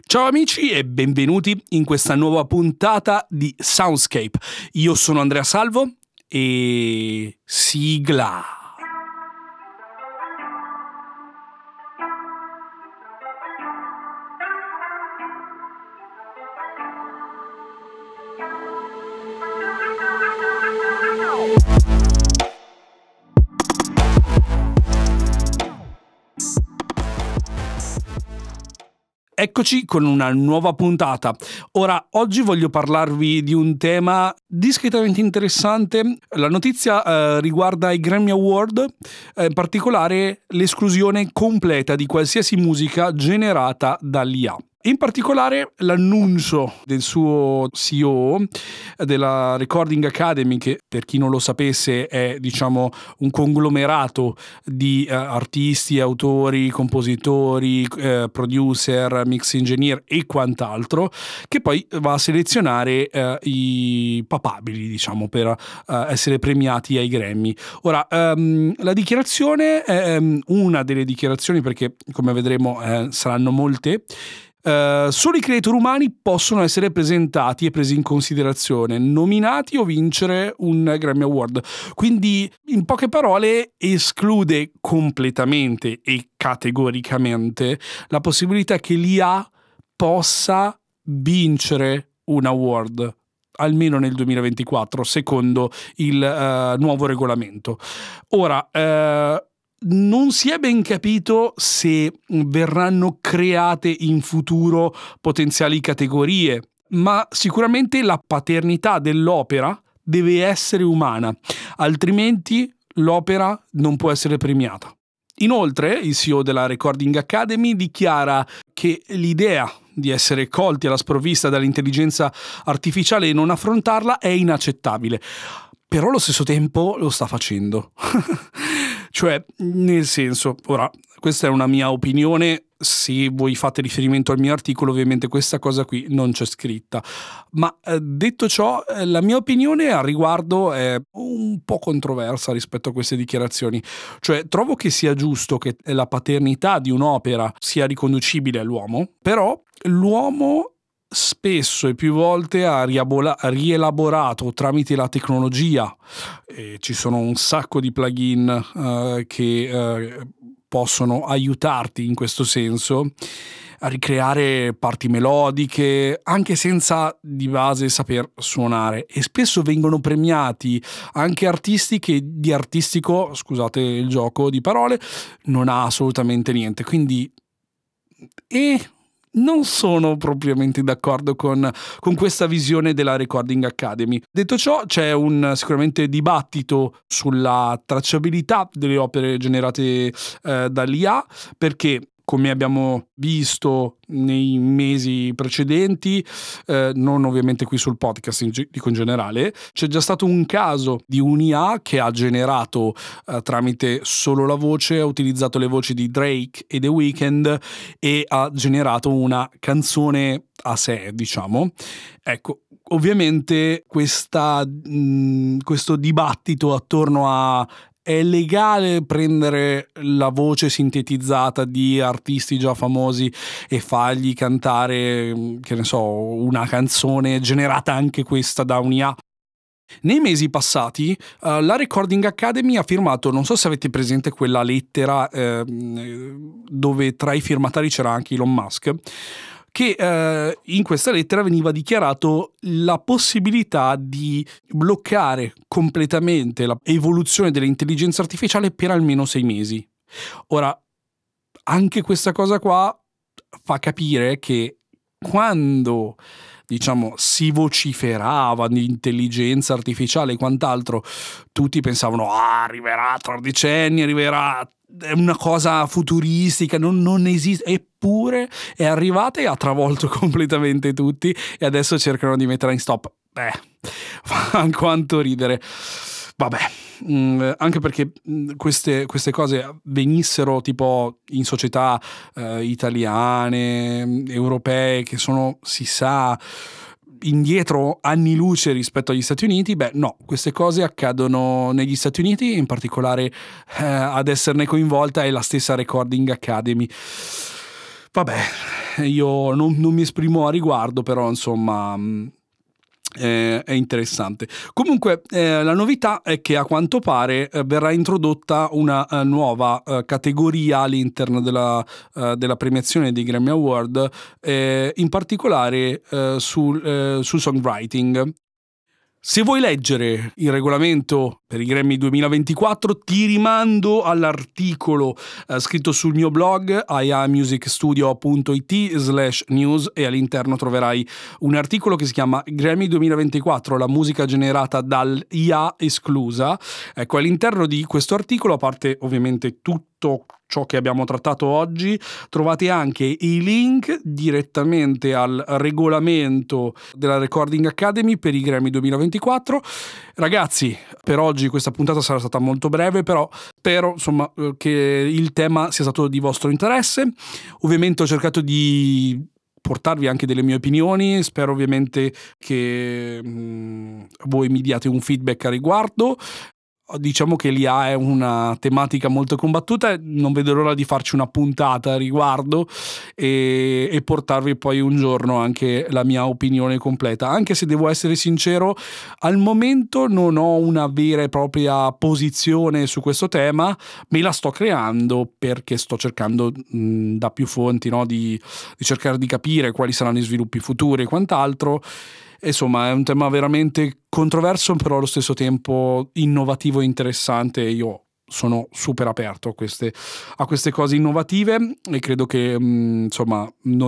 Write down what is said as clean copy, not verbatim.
Ciao amici e benvenuti in questa nuova puntata di Soundscape. Io sono Andrea Salvo e sigla. Eccoci con una nuova puntata. Ora, oggi voglio parlarvi di un tema discretamente interessante. La notizia riguarda i Grammy Award, in particolare l'esclusione completa di qualsiasi musica generata dall'IA. In particolare l'annuncio del suo CEO della Recording Academy, che per chi non lo sapesse è un conglomerato di artisti, autori, compositori, producer, mix engineer e quant'altro, che poi va a selezionare i papabili per essere premiati ai Grammy. Ora, la dichiarazione è una delle dichiarazioni, perché come vedremo saranno molte. Solo i creator umani possono essere presentati e presi in considerazione, nominati o vincere un Grammy Award. Quindi, in poche parole, esclude completamente e categoricamente la possibilità che l'IA possa vincere un award, almeno nel 2024, secondo il nuovo regolamento. Ora, non si è ben capito se verranno create in futuro potenziali categorie, ma sicuramente la paternità dell'opera deve essere umana, altrimenti l'opera non può essere premiata. Inoltre, il CEO della Recording Academy dichiara che l'idea di essere colti alla sprovvista dall'intelligenza artificiale e non affrontarla è inaccettabile, però allo stesso tempo lo sta facendo. Cioè, nel senso, ora, questa è una mia opinione, se voi fate riferimento al mio articolo ovviamente questa cosa qui non c'è scritta, ma detto ciò, la mia opinione al riguardo è un po' controversa rispetto a queste dichiarazioni. Cioè, trovo che sia giusto che la paternità di un'opera sia riconducibile all'uomo, però l'uomo spesso e più volte ha rielaborato tramite la tecnologia, ci sono un sacco di plugin che possono aiutarti in questo senso a ricreare parti melodiche anche senza di base saper suonare, e spesso vengono premiati anche artisti che di artistico, scusate il gioco di parole, non ha assolutamente niente. Quindi non sono propriamente d'accordo con questa visione della Recording Academy. Detto ciò, c'è un sicuramente dibattito sulla tracciabilità delle opere generate dall'IA, perché come abbiamo visto nei mesi precedenti, non ovviamente qui sul podcast, dico in generale, c'è già stato un caso di un'IA che ha generato tramite solo la voce, ha utilizzato le voci di Drake e The Weeknd e ha generato una canzone a sé, Ecco, ovviamente questo dibattito attorno a è legale prendere la voce sintetizzata di artisti già famosi e fargli cantare, che ne so, una canzone generata anche questa da un'IA? Nei mesi passati la Recording Academy ha firmato, non so se avete presente quella lettera dove tra i firmatari c'era anche Elon Musk, che in questa lettera veniva dichiarato la possibilità di bloccare completamente l'evoluzione dell'intelligenza artificiale per almeno 6 mesi. Ora, anche questa cosa qua fa capire che quando si vociferava di intelligenza artificiale e quant'altro, tutti pensavano arriverà tra decenni, è una cosa futuristica, non esiste, eppure è arrivata e ha travolto completamente tutti, e adesso cercano di metterla in stop. Fa quanto ridere. Vabbè, anche perché queste cose venissero tipo in società italiane, europee, che sono, si sa, indietro anni luce rispetto agli Stati Uniti, no, queste cose accadono negli Stati Uniti, in particolare ad esserne coinvolta è la stessa Recording Academy. Vabbè, io non mi esprimo a riguardo, però insomma è interessante. Comunque la novità è che a quanto pare verrà introdotta una nuova categoria all'interno della premiazione dei Grammy Award, in particolare sul songwriting. Se vuoi leggere il regolamento per i Grammy 2024, ti rimando all'articolo scritto sul mio blog iamusicstudio.it/news, e all'interno troverai un articolo che si chiama Grammy 2024, la musica generata dall'IA esclusa. Ecco, all'interno di questo articolo, a parte ovviamente tutto ciò che abbiamo trattato oggi, trovate anche i link direttamente al regolamento della Recording Academy per i Grammy 2024. Ragazzi, per oggi questa puntata sarà stata molto breve, però spero insomma che il tema sia stato di vostro interesse. Ovviamente ho cercato di portarvi anche delle mie opinioni, spero ovviamente che voi mi diate un feedback a riguardo. Diciamo che l'IA è una tematica molto combattuta, non vedo l'ora di farci una puntata a riguardo e portarvi poi un giorno anche la mia opinione completa, anche se devo essere sincero, al momento non ho una vera e propria posizione su questo tema, me la sto creando perché sto cercando da più fonti, no, di cercare di capire quali saranno gli sviluppi futuri e quant'altro. Insomma, è un tema veramente controverso, però allo stesso tempo innovativo e interessante. Io sono super aperto a queste cose innovative e credo che insomma noi